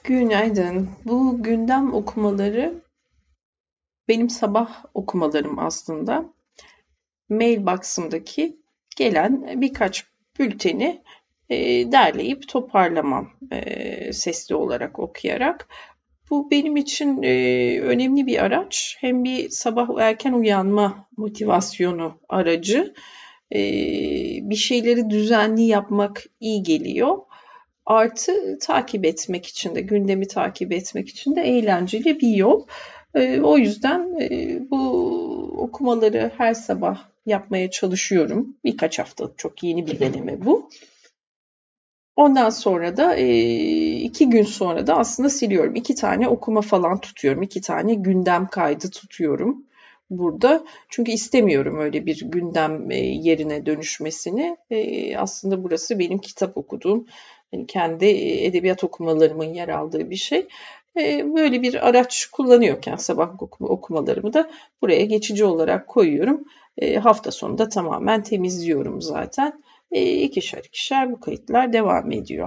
Günaydın. Bu gündem okumaları benim sabah okumalarım aslında. Mailbox'ımdaki gelen birkaç bülteni derleyip toparlamam sesli olarak okuyarak. Bu benim için önemli bir araç. Hem bir sabah erken uyanma motivasyonu aracı. E, Bir şeyleri düzenli yapmak iyi geliyor. Artı takip etmek için de, gündemi takip etmek için de eğlenceli bir yol. O yüzden bu okumaları her sabah yapmaya çalışıyorum. Birkaç haftalık çok yeni bir deneme bu. Ondan sonra da 2 gün sonra da aslında siliyorum. 2 tane okuma falan tutuyorum. 2 tane gündem kaydı tutuyorum burada. Çünkü istemiyorum öyle bir gündem yerine dönüşmesini. Aslında burası benim kitap okuduğum, hani kendi edebiyat okumalarımın yer aldığı bir şey. Böyle bir araç kullanıyorken sabah okumalarımı da buraya geçici olarak koyuyorum. Hafta sonunda tamamen temizliyorum zaten. İkişer ikişer bu kayıtlar devam ediyor.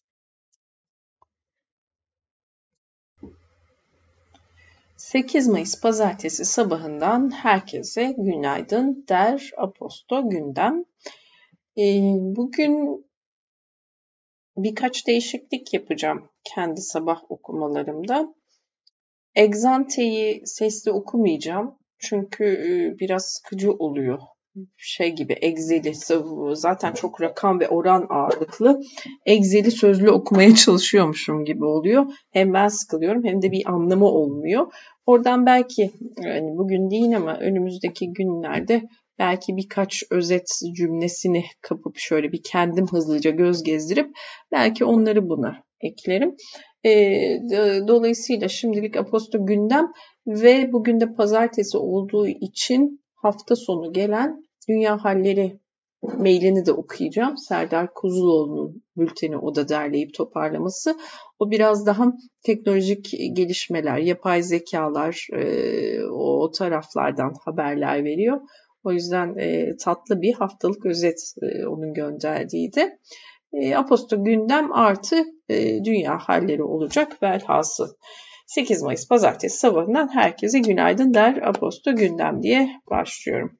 8 Mayıs Pazartesi sabahından herkese günaydın der Aposto gündem. Bugün birkaç değişiklik yapacağım kendi sabah okumalarımda. Egzante'yi sesli okumayacağım çünkü biraz sıkıcı oluyor. Şey gibi Excel'i zaten çok rakam ve oran ağırlıklı. Excel'i sözlü okumaya çalışıyormuşum gibi oluyor. Hem ben sıkılıyorum hem de bir anlamı olmuyor. Oradan belki yani bugün değil ama önümüzdeki günlerde belki birkaç özet cümlesini kapıp şöyle bir kendim hızlıca göz gezdirip belki onları buna eklerim. Dolayısıyla şimdilik Aposto gündem ve bugün de pazartesi olduğu için hafta sonu gelen Dünya Halleri mailini de okuyacağım. Serdar Kuzuloğlu'nun bülteni o da derleyip toparlaması. O biraz daha teknolojik gelişmeler, yapay zekalar o taraflardan haberler veriyor. O yüzden tatlı bir haftalık özet onun gönderdiği de. Aposto gündem artı dünya halleri olacak velhasıl. 8 Mayıs Pazartesi sabahından herkese günaydın der Aposto gündem diye başlıyorum.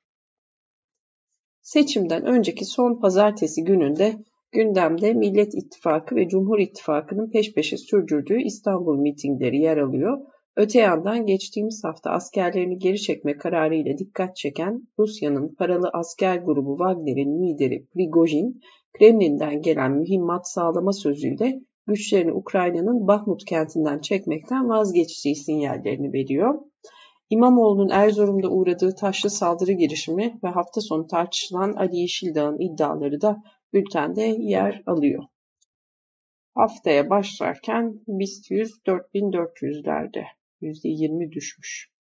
Seçimden önceki son pazartesi gününde gündemde Millet İttifakı ve Cumhur İttifakı'nın peş peşe sürdürdüğü İstanbul mitingleri yer alıyor. Öte yandan geçtiğimiz hafta askerlerini geri çekme kararıyla dikkat çeken Rusya'nın paralı asker grubu Wagner'in lideri Prigojin, Kremlin'den gelen mühimmat sağlama sözüyle güçlerini Ukrayna'nın Bahmut kentinden çekmekten vazgeçtiği sinyallerini veriyor. İmamoğlu'nun Erzurum'da uğradığı taşlı saldırı girişimi ve hafta sonu tartışılan Ali Yeşildağ'ın iddiaları da bültende yer alıyor. Haftaya başlarken BIST 100 4400'lerde %20 düşmüş.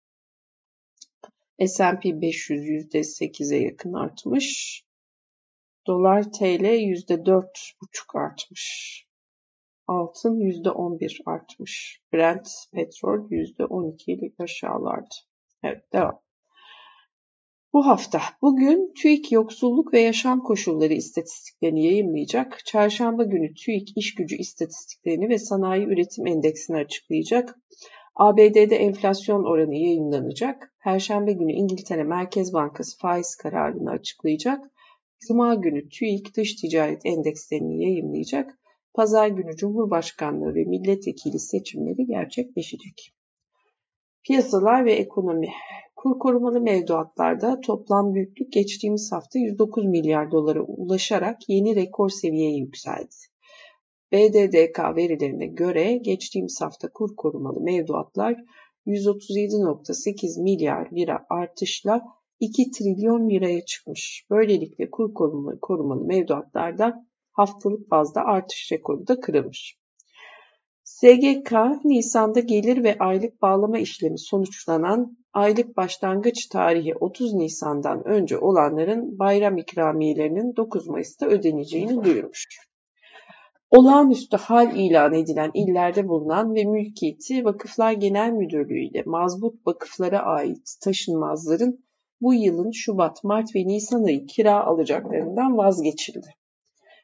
S&P 500 %8'e yakın artmış. Dolar TL %4,5 artmış. Altın %11 artmış. Brent petrol %12'lik aşağılardı. Evet, devam. Bu hafta, bugün TÜİK Yoksulluk ve Yaşam Koşulları istatistiklerini yayımlayacak. Çarşamba günü TÜİK İşgücü istatistiklerini ve Sanayi Üretim Endeksini açıklayacak. ABD'de enflasyon oranı yayımlanacak. Perşembe günü İngiltere Merkez Bankası faiz kararını açıklayacak. Cuma günü TÜİK Dış Ticaret Endekslerini yayımlayacak. Pazar günü Cumhurbaşkanlığı ve milletvekili seçimleri gerçekleşecek. Piyasalar ve ekonomi. Kur korumalı mevduatlarda toplam büyüklük geçtiğimiz hafta 109 milyar dolara ulaşarak yeni rekor seviyeye yükseldi. BDDK verilerine göre geçtiğimiz hafta kur korumalı mevduatlar 137,8 milyar lira artışla 2 trilyon liraya çıkmış. Böylelikle kur korumalı mevduatlarda haftalık bazda artış rekoru da kırılmış. SGK, Nisan'da gelir ve aylık bağlama işlemi sonuçlanan aylık başlangıç tarihi 30 Nisan'dan önce olanların bayram ikramiyelerinin 9 Mayıs'ta ödeneceğini duyurmuş. Olağanüstü hal ilan edilen illerde bulunan ve mülkiyeti Vakıflar Genel Müdürlüğü ile mazbut vakıflara ait taşınmazların bu yılın Şubat, Mart ve Nisan ayı kira alacaklarından vazgeçildi.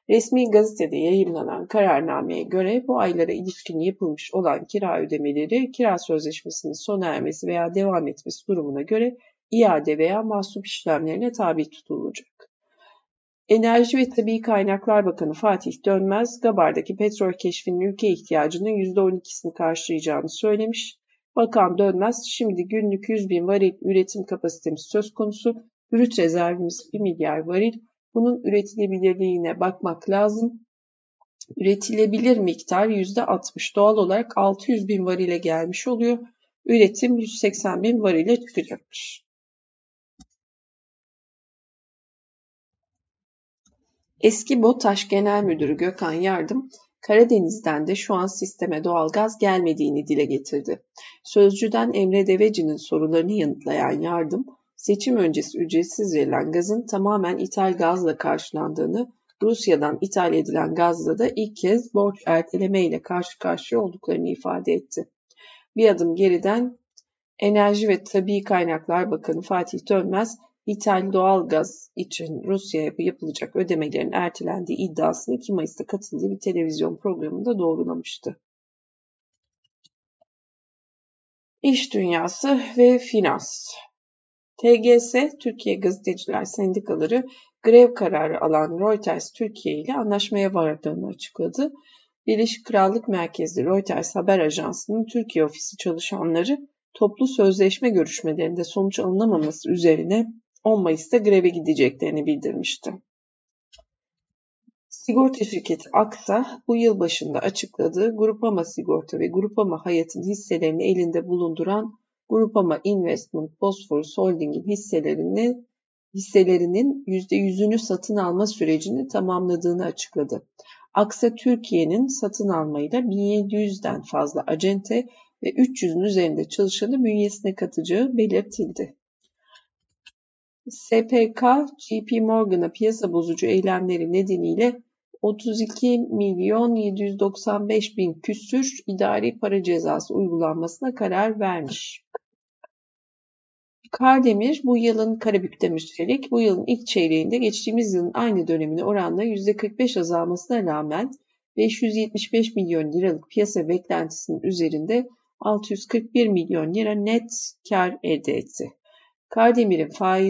Resmi gazetede yayımlanan kararnameye göre bu aylara ilişkin yapılmış olan kira ödemeleri kira sözleşmesinin sona ermesi veya devam etmesi durumuna göre iade veya mahsup işlemlerine tabi tutulacak. Enerji ve Tabii Kaynaklar Bakanı Fatih Dönmez, Gabar'daki petrol keşfinin ülke ihtiyacının %12'sini karşılayacağını söylemiş. Bakan Dönmez, şimdi günlük 100 bin varil üretim kapasitemiz söz konusu, brüt rezervimiz 1 milyar varil, bunun üretilebilirliğine bakmak lazım. Üretilebilir miktar %60, doğal olarak 600 bin varile gelmiş oluyor. Üretim 180 bin varile çıkacakmış. Eski BOTAŞ Genel Müdürü Gökhan Yardım, Karadeniz'den de şu an sisteme doğalgaz gelmediğini dile getirdi. Sözcü'den Emre Deveci'nin sorularını yanıtlayan Yardım, seçim öncesi ücretsiz verilen gazın tamamen ithal gazla karşılandığını, Rusya'dan ithal edilen gazla da ilk kez borç erteleme ile karşı karşıya olduklarını ifade etti. Bir adım geriden Enerji ve Tabii Kaynaklar Bakanı Fatih Dönmez, İthal doğal gaz için Rusya'ya yapılacak ödemelerin ertelendiği iddiasını 2 Mayıs'ta katıldığı bir televizyon programında doğrulamıştı. İş dünyası ve finans. TGS, Türkiye Gazeteciler Sendikaları grev kararı alan Reuters Türkiye ile anlaşmaya vardığını açıkladı. Birleşik Krallık merkezli Reuters haber ajansının Türkiye ofisi çalışanları toplu sözleşme görüşmelerinde sonuç alınamaması üzerine 10 Mayıs'ta greve gideceklerini bildirmişti. Sigorta şirketi Aksa, bu yıl başında açıkladığı Grupama Sigorta ve Grupama Hayat'ın hisselerini elinde bulunduran Grupama Investment Bosphorus Holding'in hisselerinin %100'ünü satın alma sürecini tamamladığını açıkladı. Aksa Türkiye'nin satın almayla 1700'den fazla acente ve 300'ün üzerinde çalışanı bünyesine katacağı belirtildi. SPK, JP Morgan'a piyasa bozucu eylemleri nedeniyle 32.795.000 küsür idari para cezası uygulanmasına karar vermiş. Kardemir bu yılın Karabük'te müstelik, bu yılın ilk çeyreğinde geçtiğimiz yılın aynı dönemine oranla %45 azalmasına rağmen 575 milyon liralık piyasa beklentisinin üzerinde 641 milyon lira net kar elde etti. Kardemir'in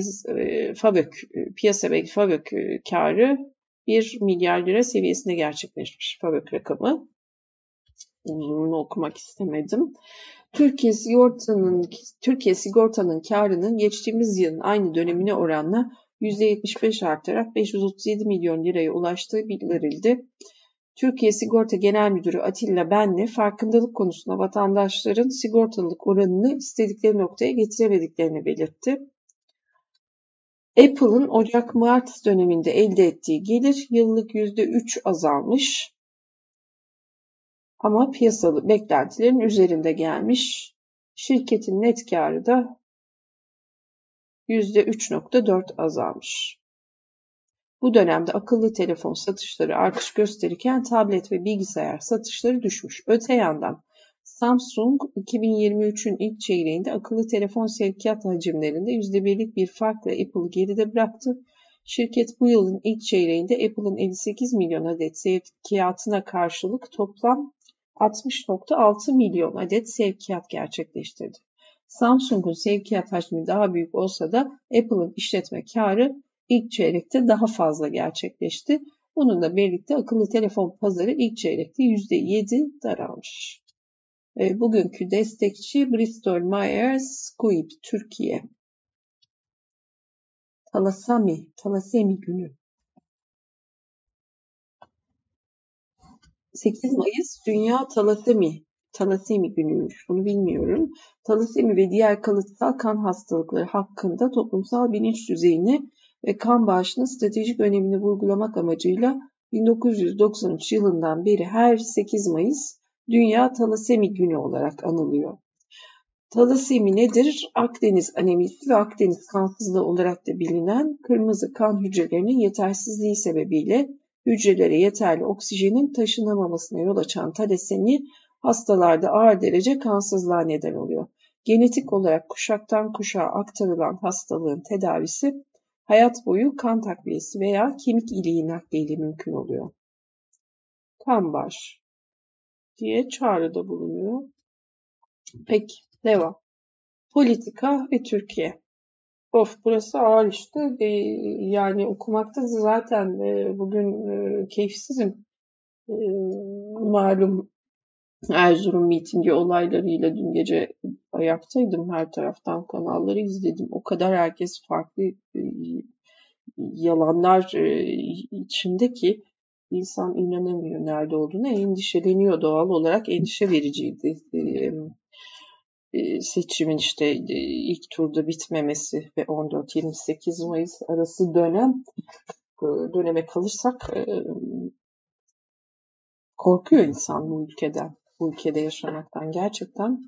piyasa FAVÖK karı 1 milyar lira seviyesinde gerçekleşmiş FAVÖK rakamı. Bunu okumak istemedim. Türkiye Sigorta'nın karının geçtiğimiz yılın aynı dönemine oranla %75 artarak 537 milyon liraya ulaştığı bildirildi. Türkiye Sigorta Genel Müdürü Atilla Benli, farkındalık konusunda vatandaşların sigortalılık oranını istedikleri noktaya getiremediklerini belirtti. Apple'ın Ocak-Mart döneminde elde ettiği gelir yıllık %3 azalmış ama piyasalı beklentilerin üzerinde gelmiş. Şirketin net karı da %3.4 azalmış. Bu dönemde akıllı telefon satışları artış gösterirken tablet ve bilgisayar satışları düşmüş. Öte yandan Samsung 2023'ün ilk çeyreğinde akıllı telefon sevkiyat hacimlerinde %1'lik bir farkla Apple'ı geride bıraktı. Şirket bu yılın ilk çeyreğinde Apple'ın 58 milyon adet sevkiyatına karşılık toplam 60.6 milyon adet sevkiyat gerçekleştirdi. Samsung'un sevkiyat hacmi daha büyük olsa da Apple'ın işletme karı ilk çeyrekte daha fazla gerçekleşti. Bununla birlikte akıllı telefon pazarı ilk çeyrekte %7 daralmış. Bugünkü destekçi Bristol Myers Squibb Türkiye. Talasemi günü. 8 Mayıs Dünya Talasemi günüymüş. Bunu bilmiyorum. Talasemi ve diğer kalıtsal kan hastalıkları hakkında toplumsal bilinç düzeyini ve kan bağışının stratejik önemini vurgulamak amacıyla 1993 yılından beri her 8 Mayıs Dünya Talasemi Günü olarak anılıyor. Talasemi nedir? Akdeniz anemisi ve Akdeniz kansızlığı olarak da bilinen kırmızı kan hücrelerinin yetersizliği sebebiyle hücrelere yeterli oksijenin taşınamamasına yol açan talasemi hastalarda ağır derece kansızlığa neden oluyor. Genetik olarak kuşaktan kuşağa aktarılan hastalığın tedavisi hayat boyu kan takviyesi veya kemik iliği nakliyle mümkün oluyor. Kanbaş diye çağrıda bulunuyor. Peki, devam. Politika ve Türkiye. Of, burası ağır işte. Yani okumakta zaten bugün keyifsizim. Malum Erzurum mitingi olaylarıyla dün gece ayaktaydım. Her taraftan kanalları izledim. O kadar herkes farklı yalanlar içinde ki insan inanamıyor nerede olduğuna. Endişeleniyor, doğal olarak endişe vericiydi. Seçimin işte ilk turda bitmemesi ve 14-28 Mayıs arası döneme kalırsak korkuyor insan bu ülkeden, bu ülkede yaşamaktan gerçekten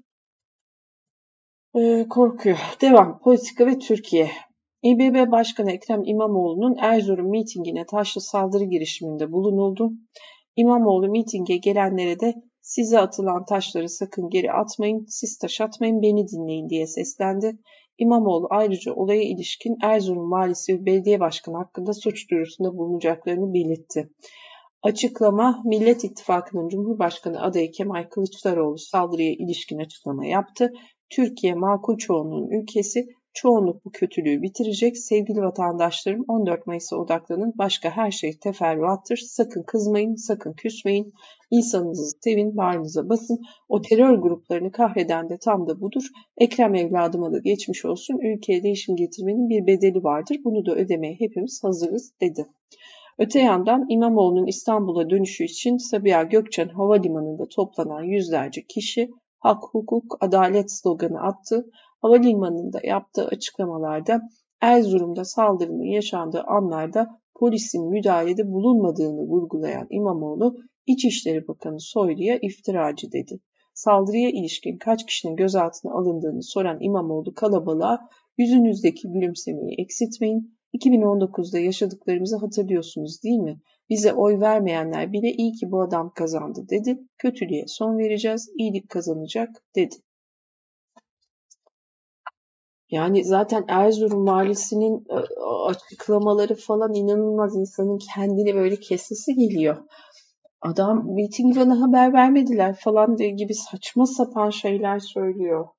korkuyor. Devam. Politika ve Türkiye. İBB Başkanı Ekrem İmamoğlu'nun Erzurum mitingine taşlı saldırı girişiminde bulunuldu. İmamoğlu mitinge gelenlere de size atılan taşları sakın geri atmayın, siz taş atmayın, beni dinleyin diye seslendi. İmamoğlu ayrıca olaya ilişkin Erzurum Valisi ve Belediye Başkanı hakkında suç duyurusunda bulunacaklarını belirtti. Açıklama, Millet İttifakı'nın Cumhurbaşkanı adayı Kemal Kılıçdaroğlu saldırıya ilişkin açıklama yaptı. Türkiye makul çoğunluğun ülkesi, çoğunluk bu kötülüğü bitirecek. Sevgili vatandaşlarım, 14 Mayıs'a odaklanın. Başka her şey teferruattır. Sakın kızmayın, sakın küsmeyin. İnsanınızı sevin, bağrınıza basın. O terör gruplarını kahreden de tam da budur. Ekrem evladıma da geçmiş olsun. Ülkeye değişim getirmenin bir bedeli vardır. Bunu da ödemeye hepimiz hazırız dedi. Öte yandan İmamoğlu'nun İstanbul'a dönüşü için Sabiha Gökçen Havalimanı'nda toplanan yüzlerce kişi hak, hukuk, adalet sloganı attı. Havalimanında yaptığı açıklamalarda Erzurum'da saldırının yaşandığı anlarda polisin müdahalede bulunmadığını vurgulayan İmamoğlu, İçişleri Bakanı Soylu'ya iftiracı dedi. Saldırıya ilişkin kaç kişinin gözaltına alındığını soran İmamoğlu kalabalığa yüzünüzdeki gülümsemeyi eksiltmeyin, 2019'da yaşadıklarımızı hatırlıyorsunuz değil mi? Bize oy vermeyenler bile iyi ki bu adam kazandı dedi. Kötülüğe son vereceğiz, iyilik kazanacak dedi. Yani zaten Erzurum valisinin açıklamaları falan inanılmaz, insanın kendini böyle kesesi geliyor. Adam miting bana haber vermediler falan gibi saçma sapan şeyler söylüyor.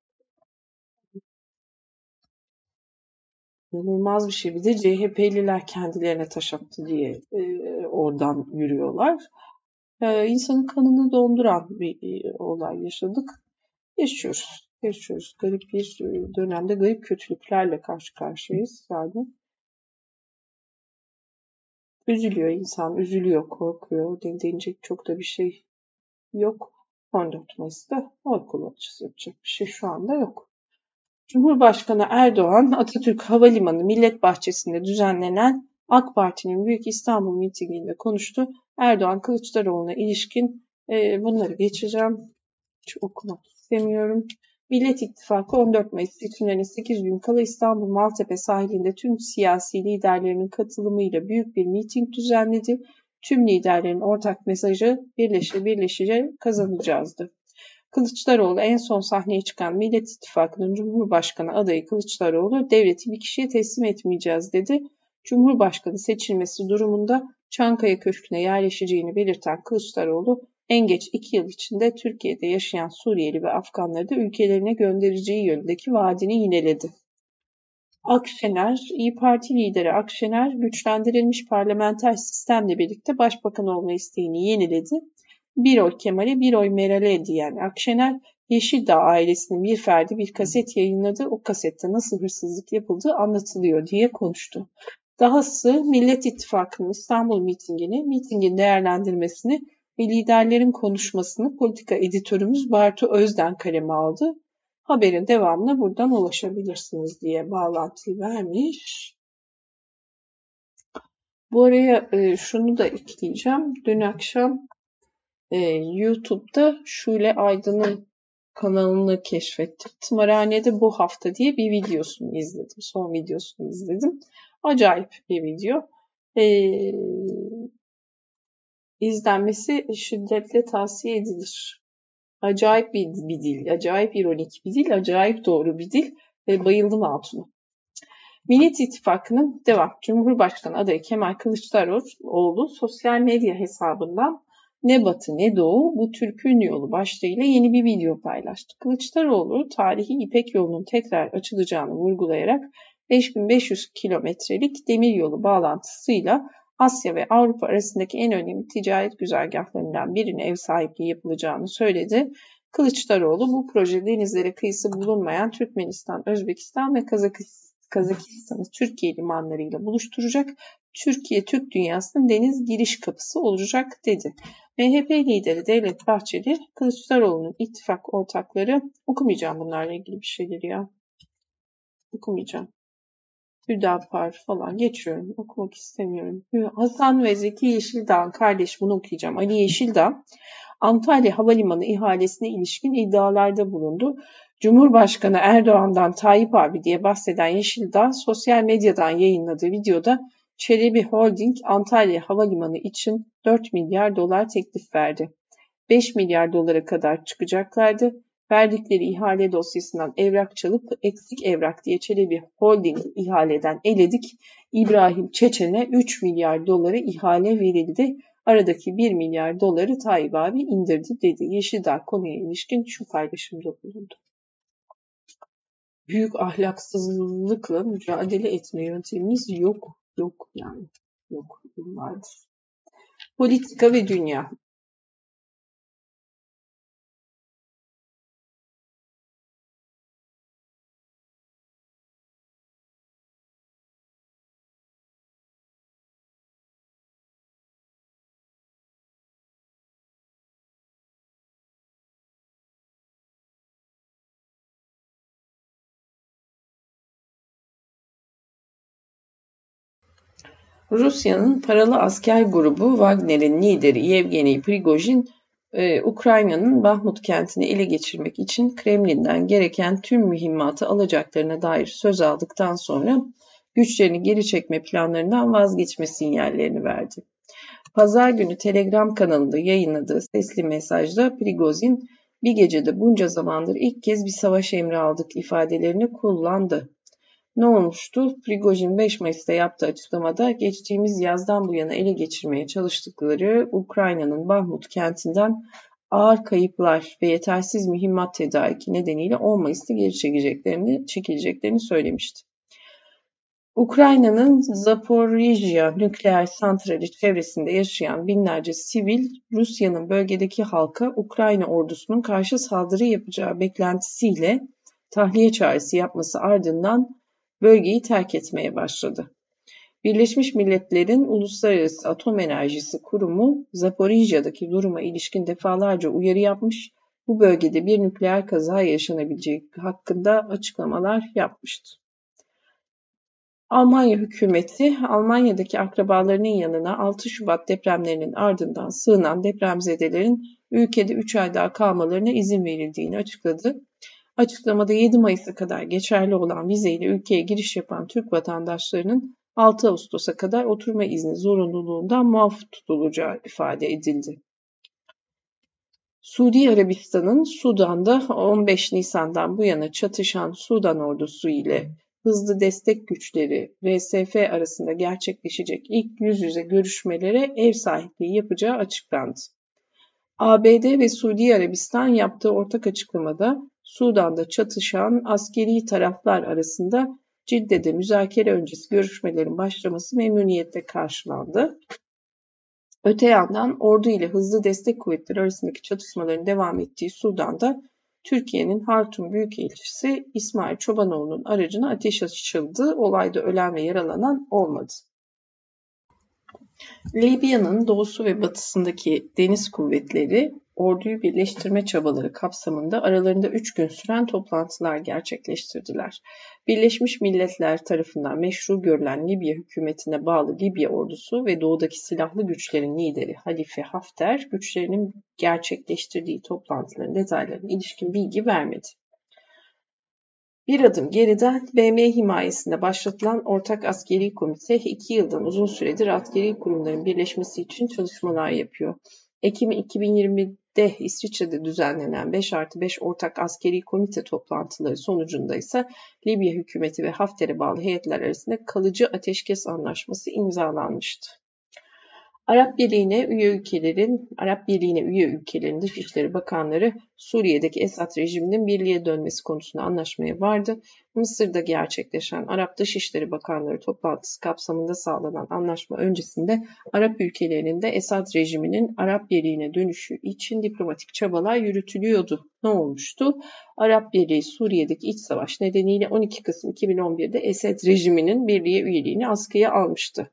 İnanılmaz bir şey. Bir de CHP'liler kendilerine taş attı diye oradan yürüyorlar. İnsanın kanını donduran bir olay yaşadık. Yaşıyoruz. Garip bir dönemde garip kötülüklerle karşı karşıyayız. Yani üzülüyor insan, üzülüyor, korkuyor. Denecek çok da bir şey yok. 14 Mayıs'ta oy kullanacağız. Yapacak bir şey şu anda yok. Cumhurbaşkanı Erdoğan, Atatürk Havalimanı Millet Bahçesi'nde düzenlenen AK Parti'nin Büyük İstanbul mitinginde konuştu. Erdoğan, Kılıçdaroğlu'na ilişkin bunları geçeceğim. Hiç okumak istemiyorum. Millet İttifakı 14 Mayıs seçimlerine 8 gün kala İstanbul Maltepe sahilinde tüm siyasi liderlerinin katılımıyla büyük bir miting düzenledi. Tüm liderlerin ortak mesajı birleşe kazanacağızdı. Kılıçdaroğlu en son sahneye çıkan Millet İttifakı'nın Cumhurbaşkanı adayı Kılıçdaroğlu, devleti bir kişiye teslim etmeyeceğiz dedi. Cumhurbaşkanı seçilmesi durumunda Çankaya Köşkü'ne yerleşeceğini belirten Kılıçdaroğlu, en geç 2 yıl içinde Türkiye'de yaşayan Suriyeli ve Afganları da ülkelerine göndereceği yönündeki vaadini yineledi. Akşener, İYİ Parti lideri Akşener, güçlendirilmiş parlamenter sistemle birlikte başbakan olma isteğini yeniledi. Bir oy Kemal'e, bir oy Meral'e diyen Akşener, Yeşildağ ailesinin bir ferdi bir kaset yayınladı. O kasette nasıl hırsızlık yapıldığı anlatılıyor diye konuştu. Dahası Millet İttifakı'nın İstanbul mitingin değerlendirmesini ve liderlerin konuşmasını politika editörümüz Bartu Özden kaleme aldı. Haberin devamına buradan ulaşabilirsiniz diye bağlantıyı vermiş. Bu araya şunu da ekleyeceğim. Dün akşam YouTube'da Şule Aydın'ın kanalını keşfettim. Tımarhanede bu hafta diye bir videosunu izledim. Son videosunu izledim. Acayip bir video. İzlenmesi şiddetle tavsiye edilir. Acayip bir dil, acayip ironik bir dil, acayip doğru bir dil. Bayıldım Hatun'a. Millet İttifakı'nın devam. Cumhurbaşkanı adayı Kemal Kılıçdaroğlu sosyal medya hesabından "Ne Batı ne Doğu, bu Türk'ün yolu" başlığıyla yeni bir video paylaştı. Kılıçdaroğlu tarihi İpek yolunun tekrar açılacağını vurgulayarak 5500 kilometrelik demiryolu bağlantısıyla Asya ve Avrupa arasındaki en önemli ticaret güzergahlarından birine ev sahipliği yapılacağını söyledi. Kılıçdaroğlu bu proje denizlere kıyısı bulunmayan Türkmenistan, Özbekistan ve Kazakistan'ı Türkiye limanlarıyla buluşturacak, Türkiye Türk dünyasının deniz giriş kapısı olacak dedi. MHP lideri Devlet Bahçeli, Kılıçdaroğlu'nun ittifak ortakları, okumayacağım bunlarla ilgili bir şeyleri ya. Okumayacağım. Hüdapar falan geçiyorum. Okumak istemiyorum. Hasan ve Zeki Yeşildağ'ın kardeş, bunu okuyacağım. Ali Yeşildağ, Antalya Havalimanı ihalesine ilişkin iddialarda bulundu. Cumhurbaşkanı Erdoğan'dan Tayyip abi diye bahseden Yeşildağ, sosyal medyadan yayınladığı videoda Çelebi Holding Antalya Havalimanı için 4 milyar dolar teklif verdi. 5 milyar dolara kadar çıkacaklardı. Verdikleri ihale dosyasından evrak çalıp eksik evrak diye Çelebi Holding ihaleden eledik. İbrahim Çeçen'e 3 milyar dolara ihale verildi. Aradaki 1 milyar doları Tayyip abi indirdi dedi. Yeşildağ konuya ilişkin şu paylaşımda bulundu. Büyük ahlaksızlıkla mücadele etme yöntemimiz yok. Yok yani. Yok. Yıllardır. Politika ve dünya. Rusya'nın paralı asker grubu Wagner'in lideri Yevgeni Prigojin, Ukrayna'nın Bahmut kentini ele geçirmek için Kremlin'den gereken tüm mühimmatı alacaklarına dair söz aldıktan sonra güçlerini geri çekme planlarından vazgeçme sinyallerini verdi. Pazar günü Telegram kanalında yayınladığı sesli mesajda Prigozhin, "Bir gecede bunca zamandır ilk kez bir savaş emri aldık" ifadelerini kullandı. Ne olmuştu? Prigojhin 5 Mayıs'ta yaptığı açıklamada geçtiğimiz yazdan bu yana ele geçirmeye çalıştıkları Ukrayna'nın Bahmut kentinden ağır kayıplar ve yetersiz mühimmat tedariki nedeniyle 10 Mayıs'ta geri çekileceklerini söylemişti. Ukrayna'nın Zaporijya nükleer santrali çevresinde yaşayan binlerce sivil, Rusya'nın bölgedeki halka Ukrayna ordusunun karşı saldırı yapacağı beklentisiyle tahliye çağrısı yapması ardından bölgeyi terk etmeye başladı. Birleşmiş Milletler'in Uluslararası Atom Enerjisi Kurumu, Zaporijya'daki duruma ilişkin defalarca uyarı yapmış, bu bölgede bir nükleer kaza yaşanabileceği hakkında açıklamalar yapmıştı. Almanya hükümeti, Almanya'daki akrabalarının yanına 6 Şubat depremlerinin ardından sığınan depremzedelerin ülkede 3 ay daha kalmalarına izin verildiğini açıkladı. Açıklamada 7 Mayıs'a kadar geçerli olan vizeyle ülkeye giriş yapan Türk vatandaşlarının 6 Ağustos'a kadar oturma izni zorunluluğundan muaf tutulacağı ifade edildi. Suudi Arabistan'ın Sudan'da 15 Nisan'dan bu yana çatışan Sudan ordusu ile hızlı destek güçleri RSF arasında gerçekleşecek ilk yüz yüze görüşmelere ev sahipliği yapacağı açıklandı. ABD ve Suudi Arabistan yaptığı ortak açıklamada Sudan'da çatışan askeri taraflar arasında Cidde'de müzakere öncesi görüşmelerin başlaması memnuniyetle karşılandı. Öte yandan ordu ile hızlı destek kuvvetleri arasındaki çatışmaların devam ettiği Sudan'da Türkiye'nin Hartum Büyükelçisi İsmail Çobanoğlu'nun aracına ateş açıldı. Olayda ölen ve yaralanan olmadı. Libya'nın doğusu ve batısındaki deniz kuvvetleri orduyu birleştirme çabaları kapsamında aralarında 3 gün süren toplantılar gerçekleştirdiler. Birleşmiş Milletler tarafından meşru görülen Libya hükümetine bağlı Libya ordusu ve doğudaki silahlı güçlerin lideri Halife Hafter, güçlerinin gerçekleştirdiği toplantıların detaylarına ilişkin bilgi vermedi. Bir adım geriden BM himayesinde başlatılan Ortak Askeri Komite 2 yıldan uzun süredir askeri kurumların birleşmesi için çalışmalar yapıyor. Ekim 2020'de Madrid'de İsviçre'de düzenlenen 5+5 ortak askeri komite toplantıları sonucunda ise Libya hükümeti ve Hafter'e bağlı heyetler arasında kalıcı ateşkes anlaşması imzalanmıştı. Arap Birliği'ne üye ülkelerin Dışişleri Bakanları Suriye'deki Esad rejiminin birliğe dönmesi konusunda anlaşmaya vardı. Mısır'da gerçekleşen Arap Dışişleri Bakanları toplantısı kapsamında sağlanan anlaşma öncesinde Arap ülkelerinin de Esad rejiminin Arap Birliği'ne dönüşü için diplomatik çabalar yürütülüyordu. Ne olmuştu? Arap Birliği Suriye'deki iç savaş nedeniyle 12 Kasım 2011'de Esad rejiminin birliğe üyeliğini askıya almıştı.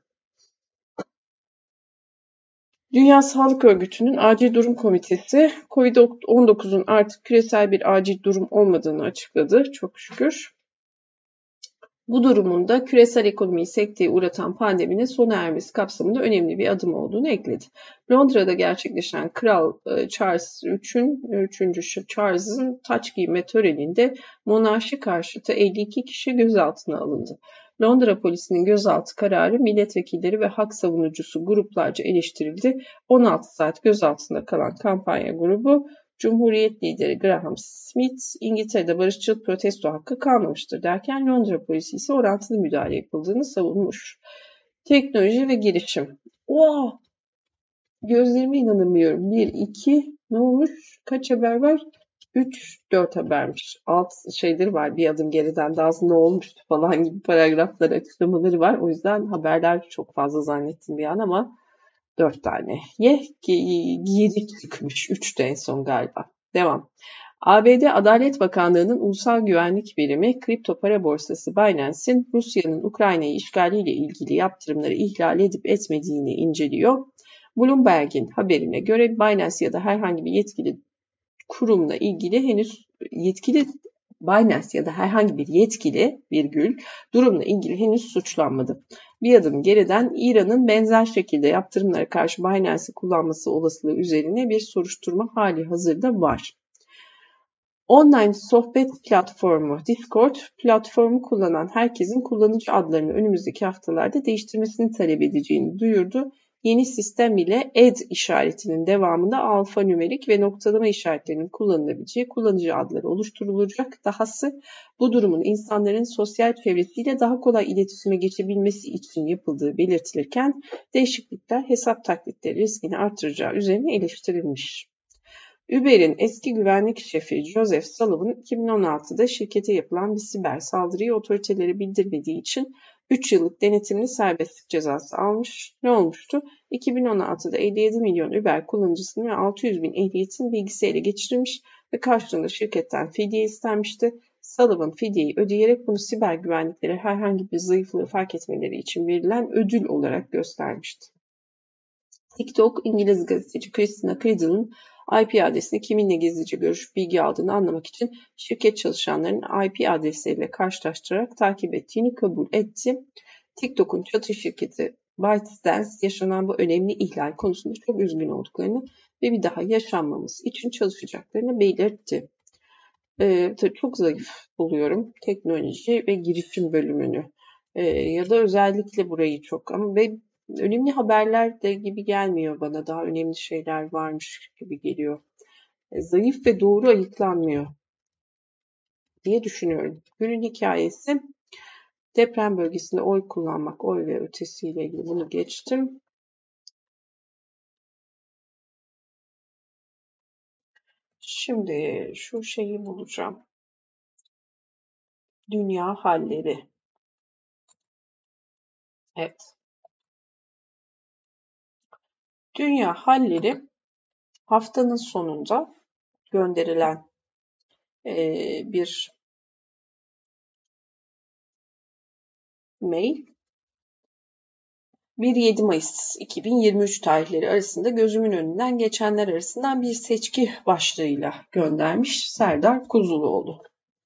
Dünya Sağlık Örgütü'nün Acil Durum Komitesi, COVID-19'un artık küresel bir acil durum olmadığını açıkladı, çok şükür. Bu durumun da küresel ekonomiyi sekteye uğratan pandeminin sona ermesi kapsamında önemli bir adım olduğunu ekledi. Londra'da gerçekleşen Kral Charles III. Charles'ın taç giyme töreninde monarşi karşıtı 52 kişi gözaltına alındı. Londra polisinin gözaltı kararı milletvekilleri ve hak savunucusu gruplarca eleştirildi. 16 saat gözaltında kalan kampanya grubu, Cumhuriyet lideri Graham Smith, İngiltere'de barışçıl protesto hakkı kalmamıştır derken Londra polisi ise orantılı müdahale yapıldığını savunmuş. Teknoloji ve girişim. Wow! Gözlerime inanamıyorum. 1, 2, ne olmuş? Kaç haber var? 3, 4 habermiş. Alt şeyleri var. Bir adım geriden daha ne olmuştu falan gibi paragraflar, açıklamaları var. O yüzden haberler çok fazla zannettim bir an ama 4 tane. Giyedik çıkmış. 3 de en son galiba. Devam. ABD Adalet Bakanlığı'nın Ulusal Güvenlik Birimi kripto para borsası Binance'in Rusya'nın Ukrayna'yı işgaliyle ilgili yaptırımları ihlal edip etmediğini inceliyor. Bloomberg'in haberine göre Binance ya da herhangi bir yetkili kurumla ilgili durumla ilgili henüz suçlanmadı. Bir adım geriden İran'ın benzer şekilde yaptırımlara karşı Binance'i kullanması olasılığı üzerine bir soruşturma hali hazırda var. Online sohbet platformu Discord, platformu kullanan herkesin kullanıcı adlarını önümüzdeki haftalarda değiştirmesini talep edeceğini duyurdu. Yeni sistem ile ed işaretinin devamında alfanümerik ve noktalama işaretlerinin kullanılabileceği kullanıcı adları oluşturulacak. Dahası bu durumun insanların sosyal çevresiyle daha kolay iletişime geçebilmesi için yapıldığı belirtilirken değişiklikler hesap taklitleri riskini artıracağı üzerine eleştirilmiş. Uber'in eski güvenlik şefi Joseph Sullivan 2016'da şirkete yapılan bir siber saldırıyı otoritelere bildirmediği için 3 yıllık denetimli serbestlik cezası almış. Ne olmuştu? 2016'da 57 milyon Uber kullanıcısının ve 600 bin ehliyetin bilgisi ele geçirilmiş ve karşılığında şirketten fidye istenmişti. Sullivan fidyeyi ödeyerek bunu siber güvenliklere herhangi bir zayıflığı fark etmeleri için verilen ödül olarak göstermişti. TikTok, İngiliz gazeteci Christina Criddle'ın IP adresini kiminle gizlice görüşüp bilgi aldığını anlamak için şirket çalışanlarının IP adresleriyle karşılaştırarak takip ettiğini kabul etti. TikTok'un çatı şirketi ByteDance yaşanan bu önemli ihlal konusunda çok üzgün olduklarını ve bir daha yaşanmaması için çalışacaklarını belirtti. Çok zayıf buluyorum teknoloji ve girişim bölümünü ya da özellikle burayı çok ama önemli haberler de gibi gelmiyor bana. Daha önemli şeyler varmış gibi geliyor. Zayıf ve doğru ayıklanmıyor diye düşünüyorum. Günün hikayesi deprem bölgesinde oy kullanmak, oy ve ötesiyle ilgili bunu geçtim. Şimdi şu şeyi bulacağım. Dünya halleri. Evet. Dünya halleri haftanın sonunda gönderilen bir mail. 1-7 Mayıs 2023 tarihleri arasında gözümün önünden geçenler arasından bir seçki başlığıyla göndermiş Serdar Kuzuloğlu.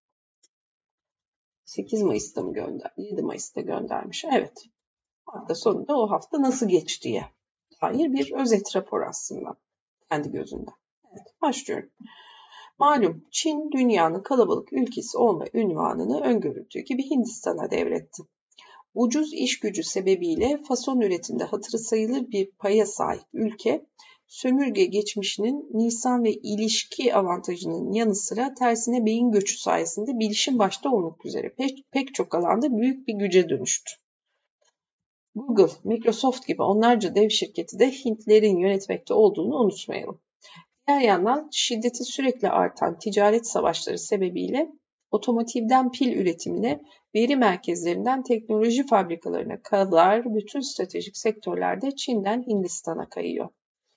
8 Mayıs'ta mı gönderdi? 7 Mayıs'ta göndermiş. Evet. Hafta sonunda o hafta nasıl geçtiye dair bir özet rapor aslında. Kendi gözünden. Evet, başlıyorum. Malum Çin dünyanın kalabalık ülkesi olma unvanını öngörüldüğü gibi Hindistan'a devretti. Ucuz iş gücü sebebiyle fason üretimde hatırı sayılır bir paya sahip ülke, sömürge geçmişinin lisan ve ilişki avantajının yanı sıra tersine beyin göçü sayesinde bilişim başta olmak üzere pek çok alanda büyük bir güce dönüştü. Google, Microsoft gibi onlarca dev şirketi de Hintlerin yönetmekte olduğunu unutmayalım. Diğer yandan şiddeti sürekli artan ticaret savaşları sebebiyle otomotivden pil üretimine, veri merkezlerinden teknoloji fabrikalarına kadar bütün stratejik sektörlerde Çin'den Hindistan'a kayıyor.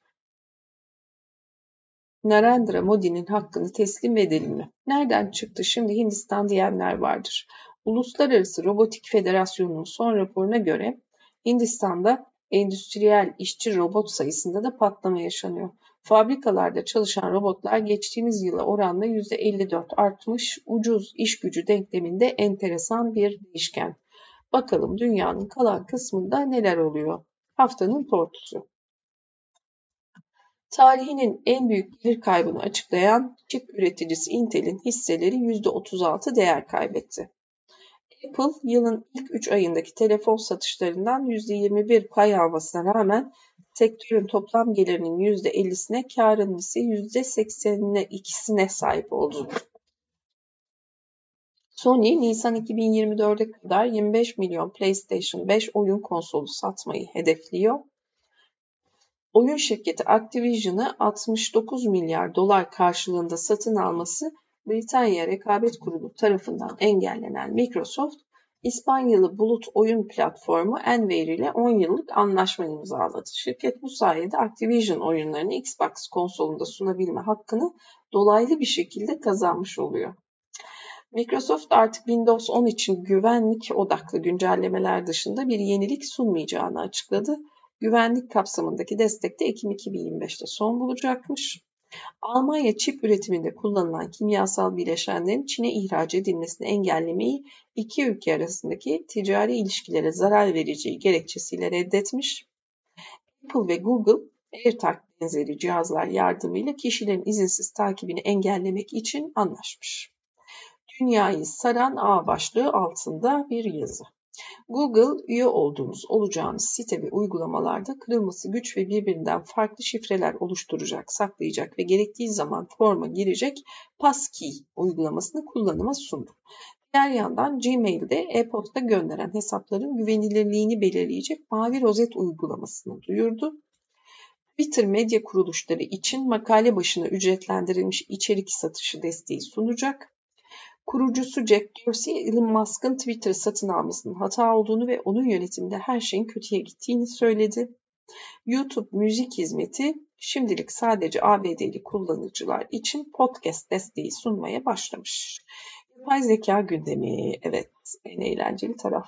Narendra Modi'nin hakkını teslim edelim mi? Nereden çıktı şimdi Hindistan diyenler vardır. Uluslararası Robotik Federasyonu'nun son raporuna göre Hindistan'da endüstriyel işçi robot sayısında da patlama yaşanıyor. Fabrikalarda çalışan robotlar geçtiğimiz yıla oranla %54 artmış, ucuz iş gücü denkleminde enteresan bir değişken. Bakalım dünyanın kalan kısmında neler oluyor? Haftanın tortusu. Tarihinin en büyük gelir kaybını açıklayan çip üreticisi Intel'in hisseleri %36 değer kaybetti. Apple yılın ilk 3 ayındaki telefon satışlarından %21 pay almasına rağmen sektörün toplam gelirinin %50'sine, kârının ise %82'sine sahip oldu. Sony, Nisan 2024'e kadar 25 milyon PlayStation 5 oyun konsolu satmayı hedefliyor. Oyun şirketi Activision'ı 69 milyar dolar karşılığında satın alması Britanya Rekabet Kurulu tarafından engellenen Microsoft, İspanyalı bulut oyun platformu Enware ile 10 yıllık anlaşma imzaladı. Şirket bu sayede Activision oyunlarını Xbox konsolunda sunabilme hakkını dolaylı bir şekilde kazanmış oluyor. Microsoft artık Windows 10 için güvenlik odaklı güncellemeler dışında bir yenilik sunmayacağını açıkladı. Güvenlik kapsamındaki destek de Ekim 2025'te son bulacakmış. Almanya çip üretiminde kullanılan kimyasal bileşenlerin Çin'e ihraç edilmesini engellemeyi iki ülke arasındaki ticari ilişkilere zarar vereceği gerekçesiyle reddetmiş. Apple ve Google AirTag benzeri cihazlar yardımıyla kişilerin izinsiz takibini engellemek için anlaşmış. Dünyayı saran ağ başlığı altında bir yazı. Google, üye olacağınız site ve uygulamalarda kırılması güç ve birbirinden farklı şifreler oluşturacak, saklayacak ve gerektiği zaman forma girecek Passkey uygulamasını kullanıma sundu. Diğer yandan Gmail'de e-posta gönderen hesapların güvenilirliğini belirleyecek mavi rozet uygulamasını duyurdu. Twitter medya kuruluşları için makale başına ücretlendirilmiş içerik satışı desteği sunacak. Kurucusu Jack Dorsey, Elon Musk'ın Twitter'ı satın almasının hata olduğunu ve onun yönetiminde her şeyin kötüye gittiğini söyledi. YouTube müzik hizmeti şimdilik sadece ABD'li kullanıcılar için podcast desteği sunmaya başlamış. Yapay zeka gündemi, evet, en eğlenceli taraf.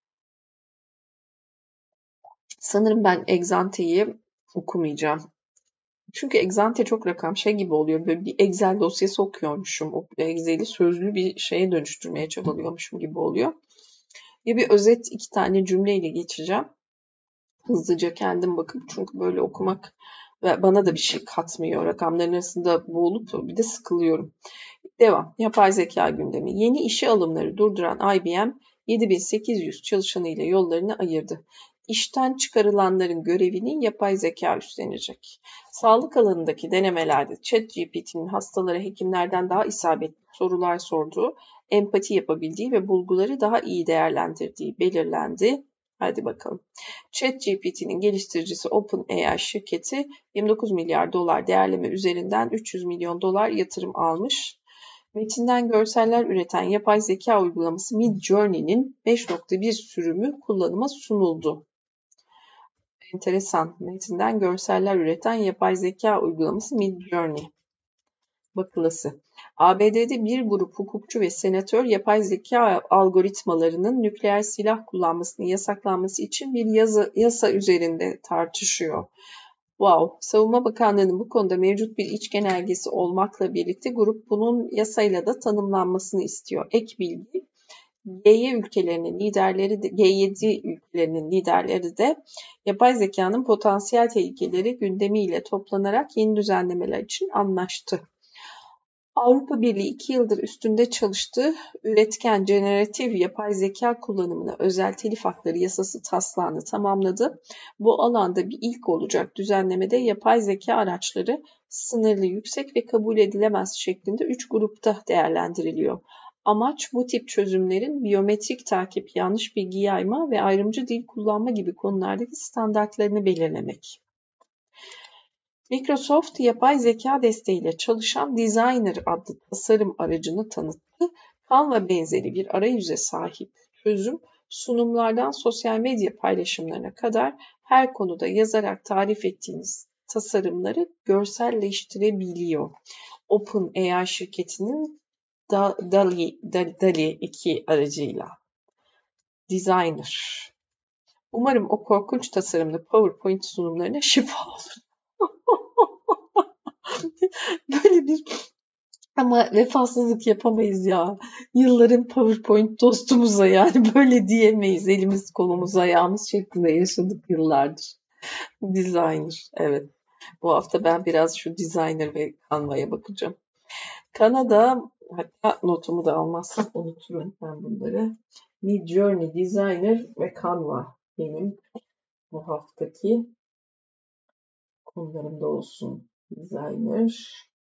Sanırım ben Exante'yi okumayacağım. Çünkü Exante çok rakam gibi oluyor. Böyle bir Excel dosyası okuyormuşum. O Excel'i sözlü bir şeye dönüştürmeye çabalıyormuşum gibi oluyor. Ya bir özet 2 tane cümleyle geçeceğim. Hızlıca kendim bakıp, çünkü böyle okumak bana da bir şey katmıyor. Rakamların arasında boğulup bir de sıkılıyorum. Devam. Yapay zeka gündemi. Yeni işe alımları durduran IBM 7800 çalışanıyla yollarını ayırdı. İşten çıkarılanların görevini yapay zeka üstlenecek. Sağlık alanındaki denemelerde ChatGPT'nin hastalara hekimlerden daha isabetli sorular sorduğu, empati yapabildiği ve bulguları daha iyi değerlendirdiği belirlendi. Hadi bakalım. ChatGPT'nin geliştiricisi OpenAI şirketi 29 milyar dolar değerleme üzerinden 300 milyon dolar yatırım almış. Metinden görseller üreten yapay zeka uygulaması Midjourney'nin 5.1 sürümü kullanıma sunuldu. Enteresan. Metinden görseller üreten yapay zeka uygulaması Midjourney. Bakılası. ABD'de bir grup hukukçu ve senatör yapay zeka algoritmalarının nükleer silah kullanmasını yasaklanması için bir yasa üzerinde tartışıyor. Wow. Savunma Bakanlığı'nın bu konuda mevcut bir iç genelgesi olmakla birlikte grup bunun yasayla da tanımlanmasını istiyor. Ek bilgi, G7 ülkelerinin liderleri de yapay zekanın potansiyel tehlikeleri gündemiyle toplanarak yeni düzenlemeler için anlaştı. Avrupa Birliği 2 yıldır üstünde çalıştığı üretken generatif yapay zeka kullanımına özel telif hakları yasası taslağını tamamladı. Bu alanda bir ilk olacak düzenlemede yapay zeka araçları sınırlı, yüksek ve kabul edilemez şeklinde 3 grupta değerlendiriliyor. Amaç bu tip çözümlerin biyometrik takip, yanlış bilgi yayma ve ayrımcı dil kullanma gibi konulardaki standartlarını belirlemek. Microsoft, yapay zeka desteğiyle çalışan Designer adlı tasarım aracını tanıttı. Canva benzeri bir arayüze sahip çözüm, sunumlardan sosyal medya paylaşımlarına kadar her konuda yazarak tarif ettiğiniz tasarımları görselleştirebiliyor. OpenAI şirketinin DALL-E 2 aracıyla. Designer. Umarım o korkunç tasarımlı PowerPoint sunumlarına şifa olur. Böyle bir ama vefasızlık yapamayız ya. Yılların PowerPoint dostumuza yani böyle diyemeyiz. Elimiz kolumuz ayağımız şeklinde yaşadık yıllardır. Designer, evet. Bu hafta ben biraz şu Designer ve Canva'ya bakacağım. Kanada, hatta notumu da almazsam unuturum ben bunları. Midjourney, Designer ve Canva benim bu haftaki konularımda olsun. Designer,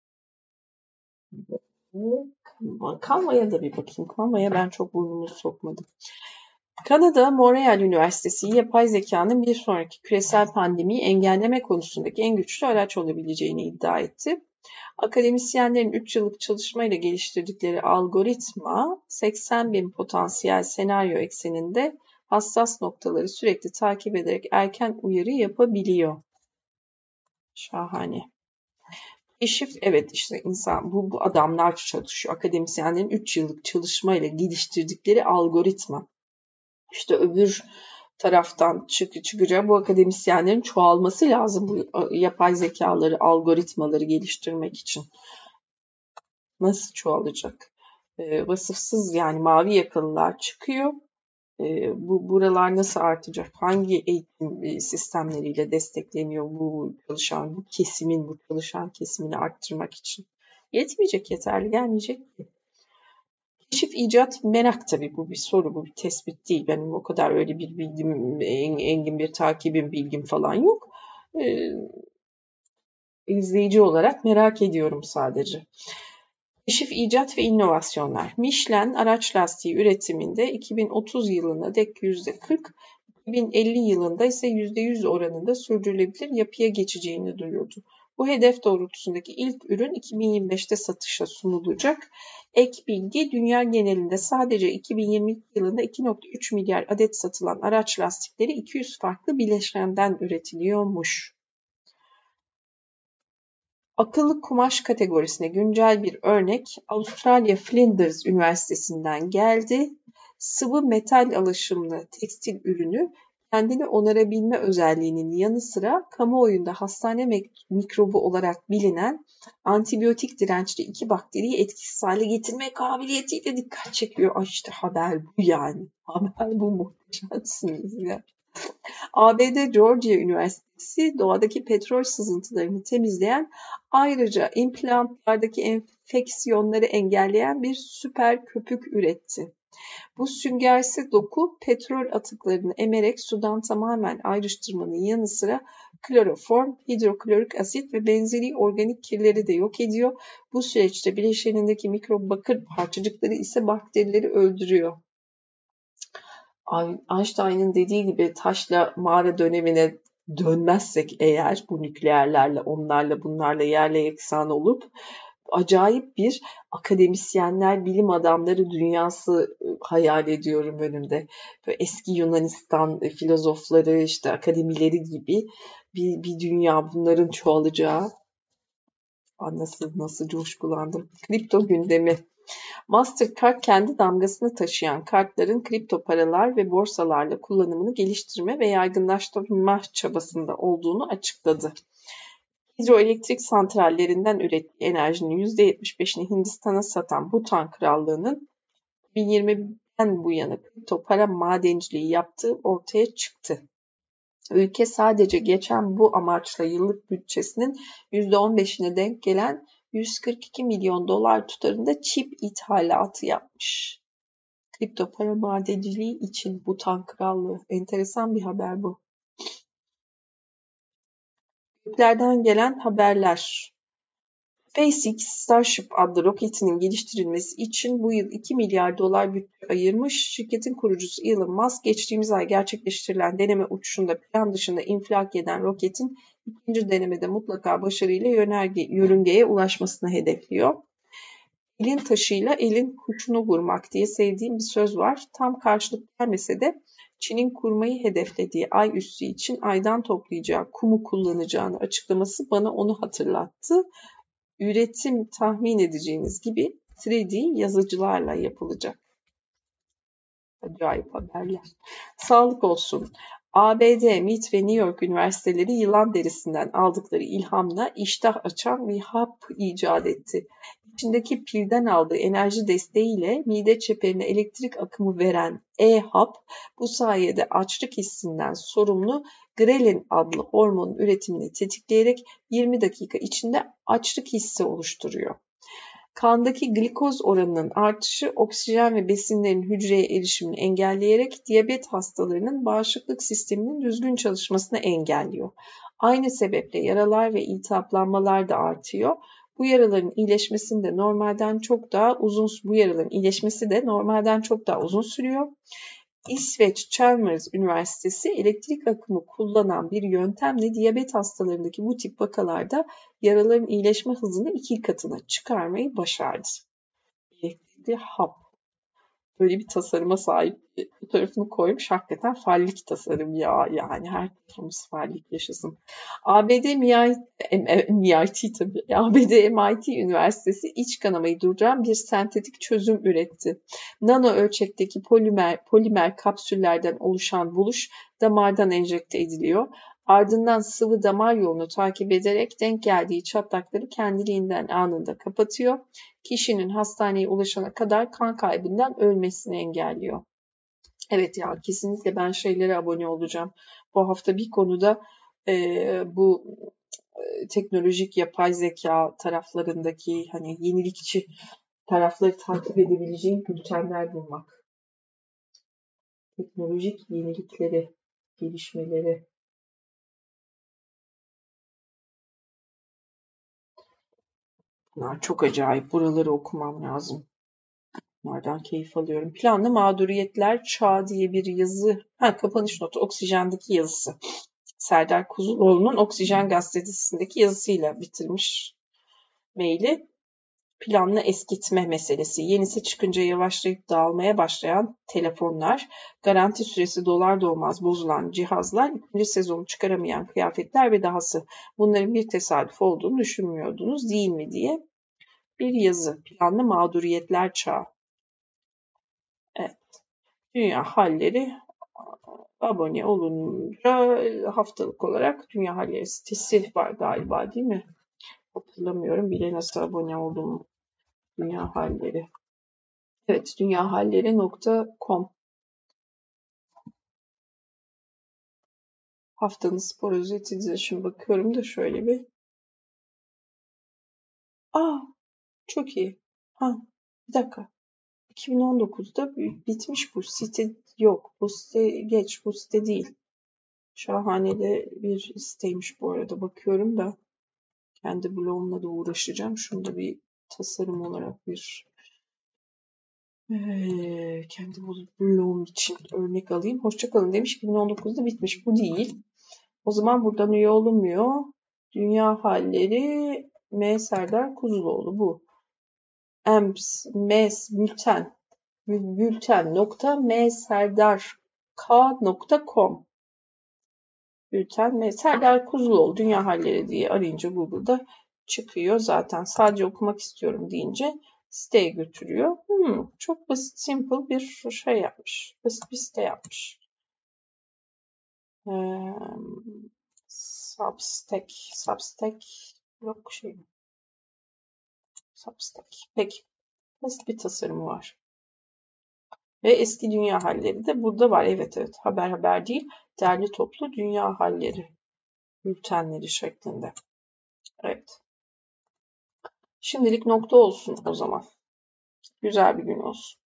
Canva'ya da bir bakayım. Canva'ya ben çok burnumu sokmadım. Kanada Montreal Üniversitesi yapay zekanın bir sonraki küresel pandemiyi engelleme konusundaki en güçlü araç olabileceğini iddia etti. Akademisyenlerin 3 yıllık çalışmayla geliştirdikleri algoritma 80.000 potansiyel senaryo ekseninde hassas noktaları sürekli takip ederek erken uyarı yapabiliyor. Şahane. Keşif, evet işte insan bu adamlar çalışıyor. Akademisyenlerin 3 yıllık çalışmayla geliştirdikleri algoritma. İşte öbür taraftan çıkacak bu akademisyenlerin çoğalması lazım bu yapay zekaları, algoritmaları geliştirmek için. Nasıl çoğalacak? Vasıfsız yani mavi yakalılar çıkıyor. Buralar nasıl artacak? Hangi eğitim sistemleriyle destekleniyor bu çalışan kesimini arttırmak için? Yetmeyecek, yeterli gelmeyecek ki. Keşif, icat, merak tabii bu bir soru, bu bir tespit değil. Benim o kadar öyle bir bilgim, engin bir takibim, bilgim falan yok. İzleyici olarak merak ediyorum sadece. Keşif, icat ve inovasyonlar. Michelin araç lastiği üretiminde 2030 yılına dek %40, 2050 yılında ise %100 oranında sürdürülebilir yapıya geçeceğini duyurdu. Bu hedef doğrultusundaki ilk ürün 2025'te satışa sunulacak. Ek bilgi, dünya genelinde sadece 2022 yılında 2,3 milyar adet satılan araç lastikleri 200 farklı bileşenden üretiliyormuş. Akıllı kumaş kategorisine güncel bir örnek Avustralya Flinders Üniversitesi'nden geldi. Sıvı metal alaşımlı tekstil ürünü kendini onarabilme özelliğinin yanı sıra kamuoyunda hastane mikrobu olarak bilinen antibiyotik dirençli 2 bakteriyi etkisiz hale getirme kabiliyetiyle dikkat çekiyor. İşte haber bu yani. Haber bu, muhteşemsiniz ya. ABD Georgia Üniversitesi doğadaki petrol sızıntılarını temizleyen, ayrıca implantlardaki enfeksiyonları engelleyen bir süper köpük üretti. Bu süngersi doku petrol atıklarını emerek sudan tamamen ayrıştırmanın yanı sıra kloroform, hidroklorik asit ve benzeri organik kirleri de yok ediyor. Bu süreçte bileşenindeki mikro bakır parçacıkları ise bakterileri öldürüyor. Einstein'ın dediği gibi taşla mağara dönemine dönmezsek eğer bu nükleerlerle, onlarla, bunlarla yerle yeksan olup acayip bir akademisyenler, bilim adamları dünyası hayal ediyorum önümde. Böyle eski Yunanistan filozofları, işte akademileri gibi bir dünya, bunların çoğalacağı. Nasıl coşkulandım. Kripto gündemi. Mastercard kendi damgasını taşıyan kartların kripto paralar ve borsalarla kullanımını geliştirme ve yaygınlaştırma çabasında olduğunu açıkladı. Hidroelektrik santrallerinden ürettiği enerjinin %75'ini Hindistan'a satan Bhutan Krallığı'nın 2020'den bu yana kripto para madenciliği yaptığı ortaya çıktı. Ülke sadece geçen bu amaçla yıllık bütçesinin %15'ine denk gelen 142 milyon dolar tutarında çip ithalatı yapmış. Kripto para madenciliği için Bhutan Krallığı. Enteresan bir haber bu. Göklerden gelen haberler. SpaceX Starship adlı roketinin geliştirilmesi için bu yıl 2 milyar dolar bütçe ayırmış. Şirketin kurucusu Elon Musk geçtiğimiz ay gerçekleştirilen deneme uçuşunda plan dışında infilak eden roketin ikinci denemede mutlaka başarıyla yörüngeye ulaşmasını hedefliyor. Elin taşıyla elin kuşunu vurmak diye sevdiğim bir söz var. Tam karşılık gelmese de Çin'in kurmayı hedeflediği ay üssü için aydan toplayacağı kumu kullanacağını açıklaması bana onu hatırlattı. Üretim tahmin edeceğiniz gibi 3D yazıcılarla yapılacak. Acayip haberler. Sağlık olsun. ABD, MIT ve New York üniversiteleri yılan derisinden aldıkları ilhamla iştah açan bir hap icat etti. İçindeki pilden aldığı enerji desteğiyle mide çeperine elektrik akımı veren e-hap bu sayede açlık hissinden sorumlu grelin adlı hormonun üretimini tetikleyerek 20 dakika içinde açlık hissi oluşturuyor. Kandaki glikoz oranının artışı oksijen ve besinlerin hücreye erişimini engelleyerek diyabet hastalarının bağışıklık sisteminin düzgün çalışmasını engelliyor. Aynı sebeple yaralar ve iltihaplanmalar da artıyor. Bu yaraların iyileşmesi de normalden çok daha uzun sürüyor. İsveç Chalmers Üniversitesi elektrik akımı kullanan bir yöntemle diyabet hastalarındaki bu tip vakalarda yaraların iyileşme hızını 2 katına çıkarmayı başardı. Elektrikli hap. Böyle bir tasarıma sahip, fotoğrafını koymuş. Hakikaten fallik tasarım ya. Yani her tarafımız fallik yaşasın. ABD MIT Üniversitesi iç kanamayı durduran bir sentetik çözüm üretti. Nano ölçekteki polimer kapsüllerden oluşan buluş damardan enjekte ediliyor. Ardından sıvı damar yolunu takip ederek denk geldiği çatlakları kendiliğinden anında kapatıyor. Kişinin hastaneye ulaşana kadar kan kaybından ölmesini engelliyor. Evet ya, kesinlikle ben şeylere abone olacağım. Bu hafta bir konuda bu teknolojik yapay zeka taraflarındaki hani yenilikçi tarafları takip edebileceğim bültenler bulmak. Teknolojik yenilikleri, gelişmeleri. Bunlar çok acayip. Buraları okumam lazım. Bunlardan keyif alıyorum. Planlı Mağduriyetler Çağı diye bir yazı. Kapanış notu. Oksijendeki yazısı. Serdar Kuzuloğlu'nun Oksijen gazetesindeki yazısıyla bitirmiş maili. Planlı eskitme meselesi. Yenisi çıkınca yavaşlayıp dağılmaya başlayan telefonlar, garanti süresi dolar doğmaz bozulan cihazlar, ikinci sezonu çıkaramayan kıyafetler ve dahası. Bunların bir tesadüf olduğunu düşünmüyordunuz değil mi diye bir yazı. Planlı Mağduriyetler Çağı. Evet. Dünya halleri abone olunca haftalık olarak Dünya Halleri sitesi var galiba değil mi? Hatırlamıyorum bile nasıl abone olduğumu. Dünya Halleri. Evet, dünyahalleri.com. Haftanın spor özeti diye şimdi bakıyorum da şöyle bir. Çok iyi. Bir dakika. 2019'da bitmiş bu site yok. Bu site geç. Bu site değil. Şahane de bir siteymiş bu arada. Bakıyorum da kendi blogumla da uğraşacağım. Şunu da bir tasarım olarak bir kendi blogum için örnek alayım. Hoşçakalın demiş. 2019'da bitmiş. Bu değil. O zaman buradan üye olunmuyor. Dünya Halleri M. Serdar Kuzuloğlu bu. MES bülten.mserdark.com Bülten Serdar Kuzuloğlu Dünya Halleri diye arayınca Google'da çıkıyor zaten. Sadece okumak istiyorum deyince siteye götürüyor. Çok basit, simple bir şey yapmış. Basit bir site yapmış. Substack yok şey mi? Substack. Peki. Basit bir tasarımı var. Ve eski dünya halleri de burada var. Evet. Haber değil. Derli toplu dünya halleri. Bültenleri şeklinde. Evet. Şimdilik nokta olsun o zaman. Güzel bir gün olsun.